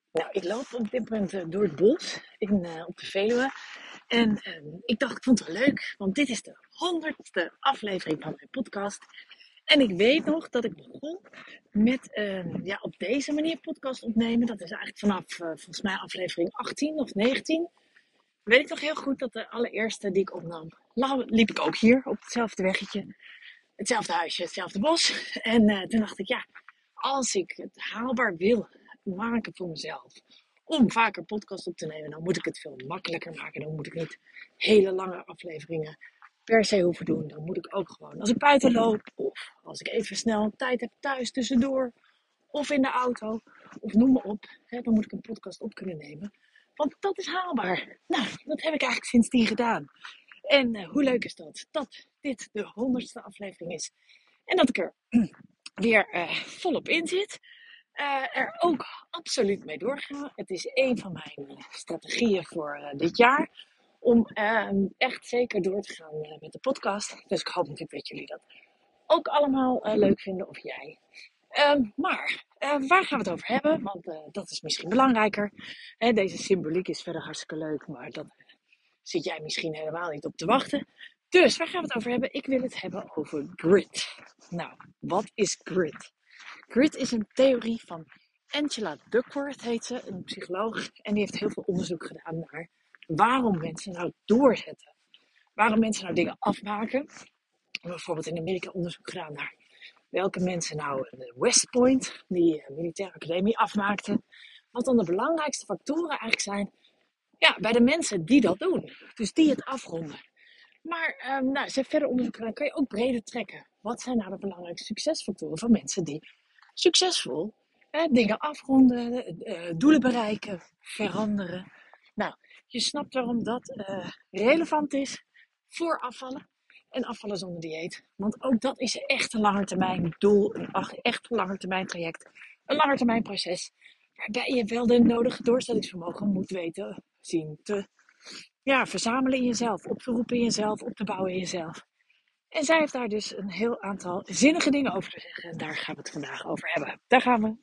Nou, ik loop op dit moment door het bos op de Veluwe. En ik dacht, ik vond het wel leuk, want dit is de 100ste aflevering van mijn podcast. En ik weet nog dat ik begon met op deze manier podcast opnemen. Dat is eigenlijk vanaf volgens mij aflevering 18 of 19. Weet ik nog heel goed dat de allereerste die ik opnam, liep ik ook hier op hetzelfde weggetje. Hetzelfde huisje, hetzelfde bos. En toen dacht ik, ja, als ik het haalbaar wil maken voor mezelf om vaker podcast op te nemen, dan moet ik het veel makkelijker maken. Dan moet ik niet hele lange afleveringen per se hoeven doen. Dan moet ik ook gewoon, als ik buiten loop of als ik even snel tijd heb thuis tussendoor of in de auto of noem maar op, dan moet ik een podcast op kunnen nemen. Want dat is haalbaar. Nou, dat heb ik eigenlijk sindsdien gedaan. En hoe leuk is dat dit de 100ste aflevering is. En dat ik er weer volop in zit. Er ook absoluut mee doorgaan. Het is een van mijn strategieën voor dit jaar. Om echt zeker door te gaan met de podcast. Dus ik hoop natuurlijk dat jullie dat ook allemaal leuk vinden. Of jij. Maar waar gaan we het over hebben? Want dat is misschien belangrijker. Deze symboliek is verder hartstikke leuk. Maar dat zit jij misschien helemaal niet op te wachten. Dus waar gaan we het over hebben? Ik wil het hebben over grit. Nou, wat is grit? Grit is een theorie van Angela Duckworth, heet ze, een psycholoog. En die heeft heel veel onderzoek gedaan naar waarom mensen nou doorzetten. Waarom mensen nou dingen afmaken. We hebben bijvoorbeeld in Amerika onderzoek gedaan naar welke mensen nou de West Point, die militaire academie, afmaakten. Wat dan de belangrijkste factoren eigenlijk zijn bij de mensen die dat doen. Dus die het afronden. Maar ze heeft verder onderzoek gedaan, kan je ook breder trekken. Wat zijn nou de belangrijkste succesfactoren van mensen die succesvol dingen afronden, doelen bereiken, veranderen. Nou, je snapt waarom dat relevant is voor afvallen en afvallen zonder dieet. Want ook dat is echt een langetermijn doel, een echt langetermijn traject, een langetermijn proces. Waarbij je wel de nodige doorzettingsvermogen moet weten, zien te verzamelen in jezelf, op te roepen in jezelf, op te bouwen in jezelf. En zij heeft daar dus een heel aantal zinnige dingen over te zeggen. En daar gaan we het vandaag over hebben. Daar gaan we.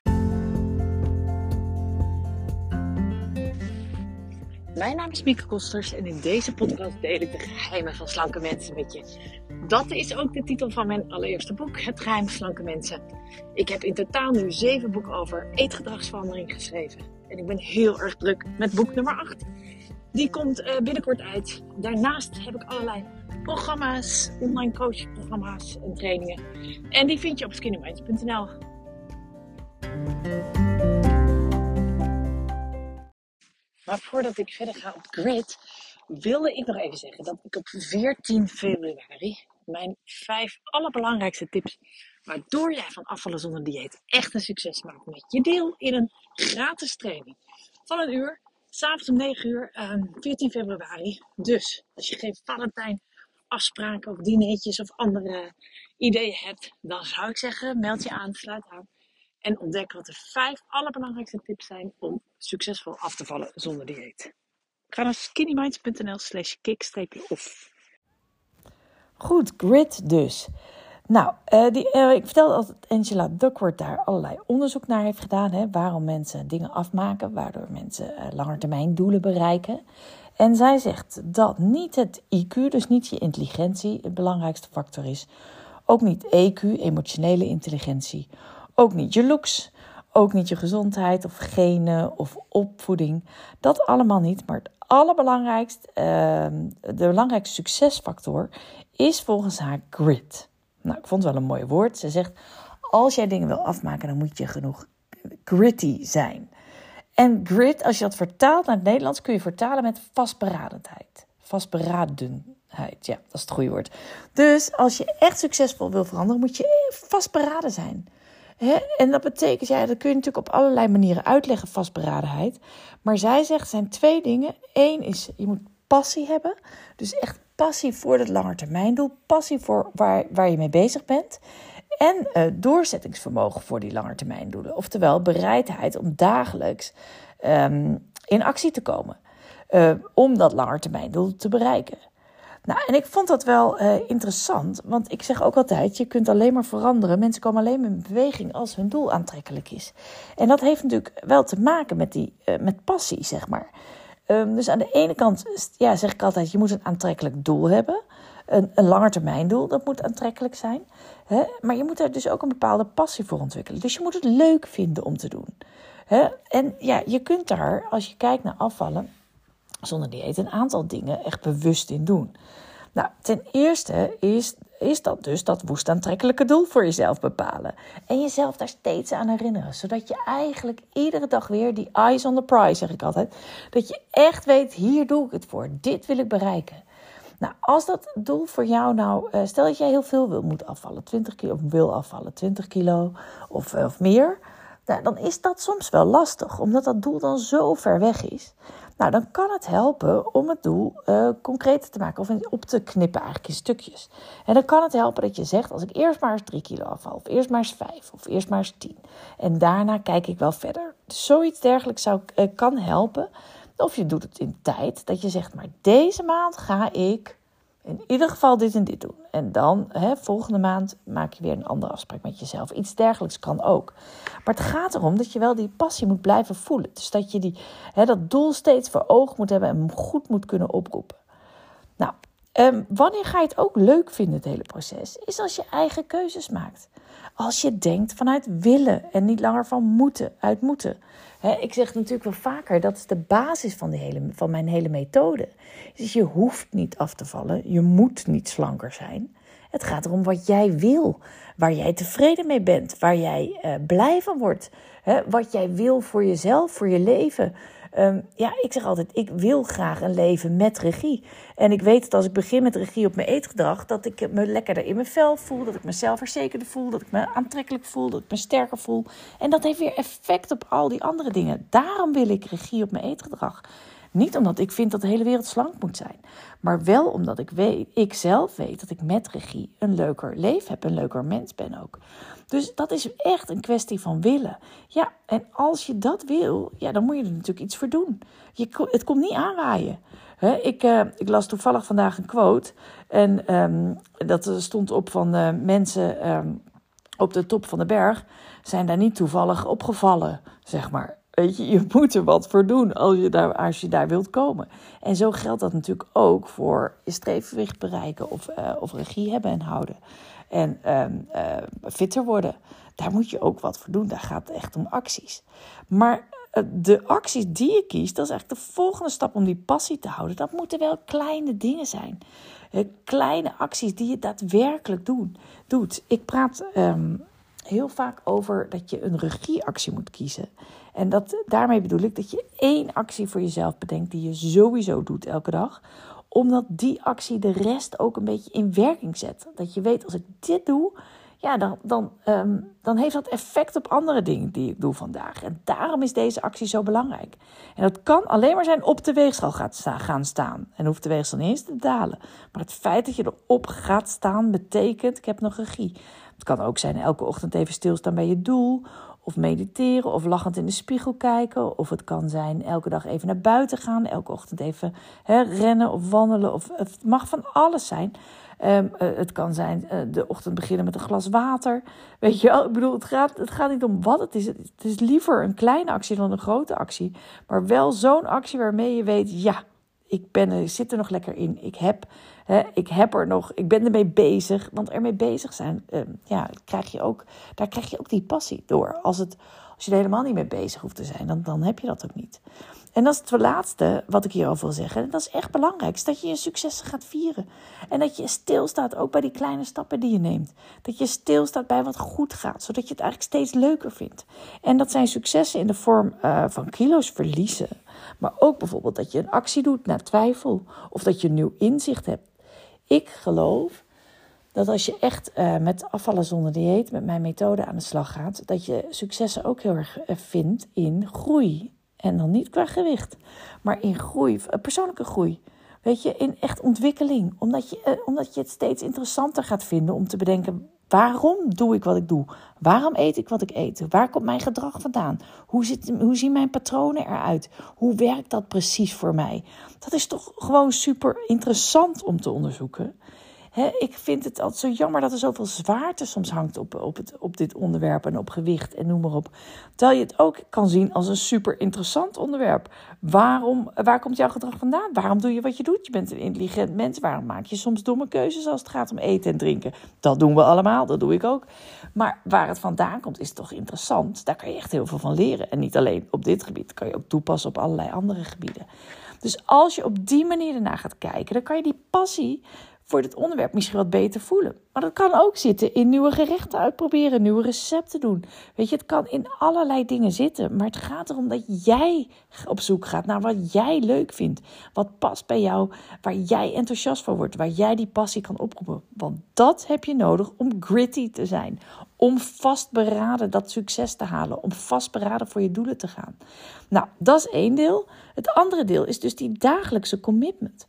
Mijn naam is Mieke Kosters en in deze podcast deel ik de geheimen van slanke mensen met je. Dat is ook de titel van mijn allereerste boek, Het Geheim van Slanke Mensen. Ik heb in totaal nu 7 boeken over eetgedragsverandering geschreven. En ik ben heel erg druk met boek nummer 8. Die komt binnenkort uit. Daarnaast heb ik allerlei programma's, online coachprogramma's en trainingen. En die vind je op skinnyminds.nl. Maar voordat ik verder ga op grit, wilde ik nog even zeggen dat ik op 14 februari mijn 5 allerbelangrijkste tips, waardoor jij van afvallen zonder dieet echt een succes maakt, met je deel in een gratis training van 1 uur. 'S'avonds om 9 uur, 14 februari. Dus als je geen Valentijn afspraken of dineetjes of andere ideeën hebt, dan zou ik zeggen, meld je aan, sluit aan. En ontdek wat de 5 allerbelangrijkste tips zijn om succesvol af te vallen zonder dieet. Ga naar skinnyminds.nl/kick-off. Goed, grit dus. Nou, ik vertelde al dat Angela Duckworth daar allerlei onderzoek naar heeft gedaan. Hè, waarom mensen dingen afmaken, waardoor mensen langetermijndoelen bereiken. En zij zegt dat niet het IQ, dus niet je intelligentie, het belangrijkste factor is. Ook niet EQ, emotionele intelligentie. Ook niet je looks, ook niet je gezondheid of genen of opvoeding. Dat allemaal niet, maar het allerbelangrijkste, de belangrijkste succesfactor is volgens haar grit. Nou, ik vond het wel een mooi woord. Ze zegt, als jij dingen wil afmaken, dan moet je genoeg gritty zijn. En grit, als je dat vertaalt naar het Nederlands, kun je vertalen met vastberadenheid. Vastberadenheid, ja, dat is het goede woord. Dus als je echt succesvol wil veranderen, moet je vastberaden zijn. En dat betekent, dat kun je natuurlijk op allerlei manieren uitleggen, vastberadenheid. Maar zij zegt, er zijn 2 dingen. 1 is, je moet passie hebben. Dus echt passie voor het langetermijndoel. Passie voor waar je mee bezig bent. En doorzettingsvermogen voor die langetermijndoelen. Oftewel bereidheid om dagelijks in actie te komen. Om dat langetermijndoel te bereiken. Nou, en ik vond dat wel interessant, want ik zeg ook altijd, je kunt alleen maar veranderen. Mensen komen alleen maar in beweging als hun doel aantrekkelijk is. En dat heeft natuurlijk wel te maken met passie, zeg maar. Dus aan de ene kant zeg ik altijd, je moet een aantrekkelijk doel hebben. Een langetermijndoel, dat moet aantrekkelijk zijn. Hè? Maar je moet er dus ook een bepaalde passie voor ontwikkelen. Dus je moet het leuk vinden om te doen. Hè? En ja, je kunt daar, als je kijkt naar afvallen, zonder dieet, een aantal dingen echt bewust in doen. Nou, ten eerste is dat dus dat woest aantrekkelijke doel voor jezelf bepalen. En jezelf daar steeds aan herinneren. Zodat je eigenlijk iedere dag weer die eyes on the prize, zeg ik altijd. Dat je echt weet, hier doe ik het voor. Dit wil ik bereiken. Nou, als dat doel voor jou stel dat jij heel veel moet afvallen, 20 kilo, of wil afvallen, 20 kilo of meer. Nou, dan is dat soms wel lastig, omdat dat doel dan zo ver weg is. Nou, dan kan het helpen om het doel concreter te maken of op te knippen eigenlijk in stukjes. En dan kan het helpen dat je zegt, als ik eerst maar eens 3 kilo afval, of eerst maar eens 5, of eerst maar eens 10. En daarna kijk ik wel verder. Dus zoiets dergelijks kan helpen. Of je doet het in tijd, dat je zegt, maar deze maand ga ik in ieder geval dit en dit doen. En dan, volgende maand, maak je weer een andere afspraak met jezelf. Iets dergelijks kan ook. Maar het gaat erom dat je wel die passie moet blijven voelen. Dus dat je dat doel steeds voor ogen moet hebben en goed moet kunnen oproepen. Nou, wanneer ga je het ook leuk vinden, het hele proces, is als je eigen keuzes maakt. Als je denkt vanuit willen en niet langer uit moeten. Ik zeg natuurlijk wel vaker, dat is de basis van mijn hele methode. Dus je hoeft niet af te vallen, je moet niet slanker zijn. Het gaat erom wat jij wil, waar jij tevreden mee bent, waar jij blij van wordt. Wat jij wil voor jezelf, voor je leven. Ik zeg altijd, ik wil graag een leven met regie. En ik weet dat als ik begin met regie op mijn eetgedrag, dat ik me lekkerder in mijn vel voel, dat ik me zelfverzekerder voel, dat ik me aantrekkelijk voel, dat ik me sterker voel. En dat heeft weer effect op al die andere dingen. Daarom wil ik regie op mijn eetgedrag. Niet omdat ik vind dat de hele wereld slank moet zijn. Maar wel omdat ik zelf weet dat ik met regie een leuker leven heb. Een leuker mens ben ook. Dus dat is echt een kwestie van willen. Ja, en als je dat wil, ja, dan moet je er natuurlijk iets voor doen. Het komt niet aanwaaien. Ik las toevallig vandaag een quote. En dat stond op van mensen op de top van de berg zijn daar niet toevallig opgevallen, zeg maar. Weet je moet er wat voor doen als je daar wilt komen. En zo geldt dat natuurlijk ook voor je streefgewicht bereiken of regie hebben en houden. En fitter worden. Daar moet je ook wat voor doen. Daar gaat het echt om acties. Maar de acties die je kiest, dat is eigenlijk de volgende stap om die passie te houden. Dat moeten wel kleine dingen zijn. Kleine acties die je daadwerkelijk doet. Ik praat heel vaak over dat je een regieactie moet kiezen. En daarmee bedoel ik dat je 1 actie voor jezelf bedenkt die je sowieso doet elke dag. Omdat die actie de rest ook een beetje in werking zet. Dat je weet, als ik dit doe, ja, dan heeft dat effect op andere dingen die ik doe vandaag. En daarom is deze actie zo belangrijk. En dat kan alleen maar zijn op de weegschaal gaan staan. En hoeft de weegschaal niet eens te dalen. Maar het feit dat je erop gaat staan betekent, ik heb nog regie. Het kan ook zijn elke ochtend even stilstaan bij je doel. Of mediteren of lachend in de spiegel kijken. Of het kan zijn elke dag even naar buiten gaan. Elke ochtend even rennen of wandelen. Of het mag van alles zijn. Het kan zijn de ochtend beginnen met een glas water. Weet je wel, ik bedoel, het gaat niet om wat het is. Het is liever een kleine actie dan een grote actie. Maar wel zo'n actie waarmee je weet, ja, ik zit er nog lekker in. Ik ben ermee bezig. Want ermee bezig zijn, daar krijg je ook die passie door. Als je er helemaal niet mee bezig hoeft te zijn, dan heb je dat ook niet. En dat is het laatste wat ik hierover wil zeggen. En dat is echt belangrijk, is dat je je successen gaat vieren. En dat je stilstaat ook bij die kleine stappen die je neemt. Dat je stilstaat bij wat goed gaat, zodat je het eigenlijk steeds leuker vindt. En dat zijn successen in de vorm van kilo's verliezen. Maar ook bijvoorbeeld dat je een actie doet na twijfel. Of dat je een nieuw inzicht hebt. Ik geloof dat als je echt met afvallen zonder dieet, met mijn methode aan de slag gaat, dat je successen ook heel erg vindt in groei. En dan niet qua gewicht, maar in groei, persoonlijke groei. Weet je, in echt ontwikkeling. Omdat je het steeds interessanter gaat vinden om te bedenken, Waarom doe ik wat ik doe? Waarom eet ik wat ik eet? Waar komt mijn gedrag vandaan? Hoe zien mijn patronen eruit? Hoe werkt dat precies voor mij? Dat is toch gewoon super interessant om te onderzoeken. Ik vind het altijd zo jammer dat er zoveel zwaarte soms hangt op dit onderwerp en op gewicht en noem maar op. Terwijl je het ook kan zien als een super interessant onderwerp. Waar komt jouw gedrag vandaan? Waarom doe je wat je doet? Je bent een intelligent mens. Waarom maak je soms domme keuzes als het gaat om eten en drinken? Dat doen we allemaal, dat doe ik ook. Maar waar het vandaan komt is toch interessant. Daar kan je echt heel veel van leren. En niet alleen op dit gebied, kan je ook toepassen op allerlei andere gebieden. Dus als je op die manier ernaar gaat kijken, dan kan je die passie voor dit onderwerp misschien wat beter voelen. Maar dat kan ook zitten in nieuwe gerechten uitproberen, nieuwe recepten doen. Weet je, het kan in allerlei dingen zitten. Maar het gaat erom dat jij op zoek gaat naar wat jij leuk vindt. Wat past bij jou, waar jij enthousiast van wordt. Waar jij die passie kan oproepen. Want dat heb je nodig om gritty te zijn. Om vastberaden dat succes te halen. Om vastberaden voor je doelen te gaan. Nou, dat is één deel. Het andere deel is dus die dagelijkse commitment.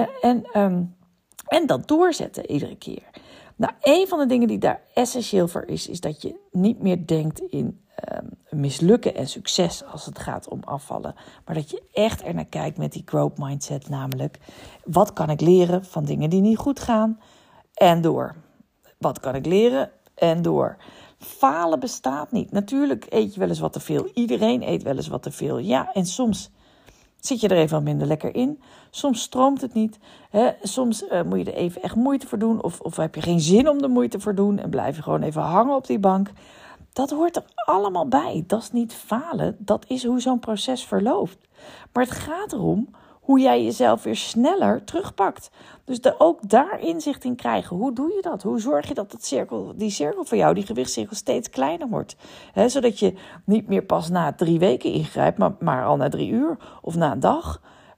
En dat doorzetten iedere keer. Nou, een van de dingen die daar essentieel voor is dat je niet meer denkt in mislukken en succes als het gaat om afvallen. Maar dat je echt ernaar kijkt met die growth mindset, namelijk wat kan ik leren van dingen die niet goed gaan en door. Wat kan ik leren en door. Falen bestaat niet. Natuurlijk eet je wel eens wat te veel. Iedereen eet wel eens wat te veel. Ja, en soms zit je er even wat minder lekker in. Soms stroomt het niet. Soms moet je er even echt moeite voor doen. Of heb je geen zin om de moeite voor doen. En blijf je gewoon even hangen op die bank. Dat hoort er allemaal bij. Dat is niet falen. Dat is hoe zo'n proces verloopt. Maar het gaat erom hoe jij jezelf weer sneller terugpakt. Dus ook daar inzicht in krijgen. Hoe doe je dat? Hoe zorg je dat die cirkel van jou, die gewichtscirkel, steeds kleiner wordt? Zodat je niet meer pas na 3 weken ingrijpt, maar al na 3 uur of na een dag.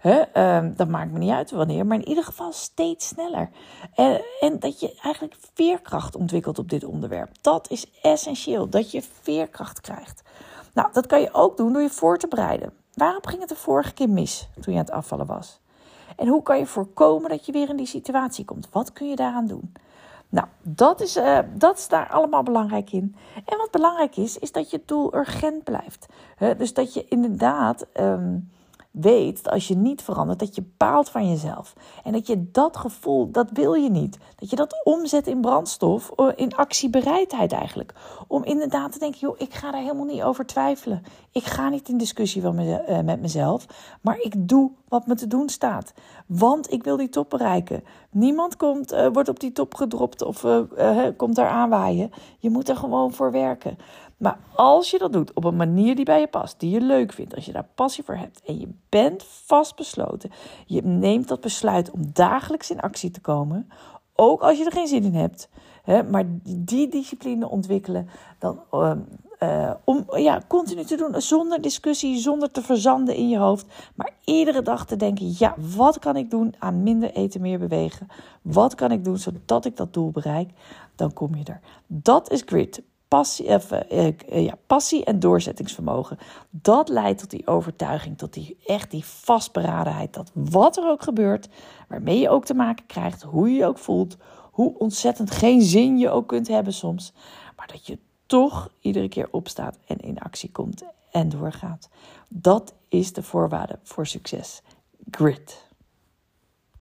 Dat maakt me niet uit wanneer, maar in ieder geval steeds sneller. En dat je eigenlijk veerkracht ontwikkelt op dit onderwerp. Dat is essentieel, dat je veerkracht krijgt. Nou, dat kan je ook doen door je voor te bereiden. Waarom ging het de vorige keer mis toen je aan het afvallen was? En hoe kan je voorkomen dat je weer in die situatie komt? Wat kun je daaraan doen? Nou, dat is daar allemaal belangrijk in. En wat belangrijk is dat je doel urgent blijft. Dus dat je inderdaad weet dat als je niet verandert, dat je baalt van jezelf. En dat je dat gevoel, dat wil je niet. Dat je dat omzet in brandstof, in actiebereidheid eigenlijk. Om inderdaad te denken, joh, ik ga daar helemaal niet over twijfelen. Ik ga niet in discussie met mezelf, maar ik doe wat me te doen staat. Want ik wil die top bereiken. Niemand wordt op die top gedropt of komt daar aanwaaien. Je moet er gewoon voor werken. Maar als je dat doet op een manier die bij je past, die je leuk vindt, als je daar passie voor hebt en je bent vastbesloten, je neemt dat besluit om dagelijks in actie te komen, ook als je er geen zin in hebt, maar die discipline ontwikkelen, dan om continu te doen zonder discussie, zonder te verzanden in je hoofd, maar iedere dag te denken, ja, wat kan ik doen aan minder eten, meer bewegen? Wat kan ik doen zodat ik dat doel bereik? Dan kom je er. Dat is grit. Passie en doorzettingsvermogen. Dat leidt tot die overtuiging, tot die vastberadenheid. Dat wat er ook gebeurt, waarmee je ook te maken krijgt, hoe je je ook voelt, hoe ontzettend geen zin je ook kunt hebben soms, maar dat je toch iedere keer opstaat en in actie komt en doorgaat. Dat is de voorwaarde voor succes. Grit.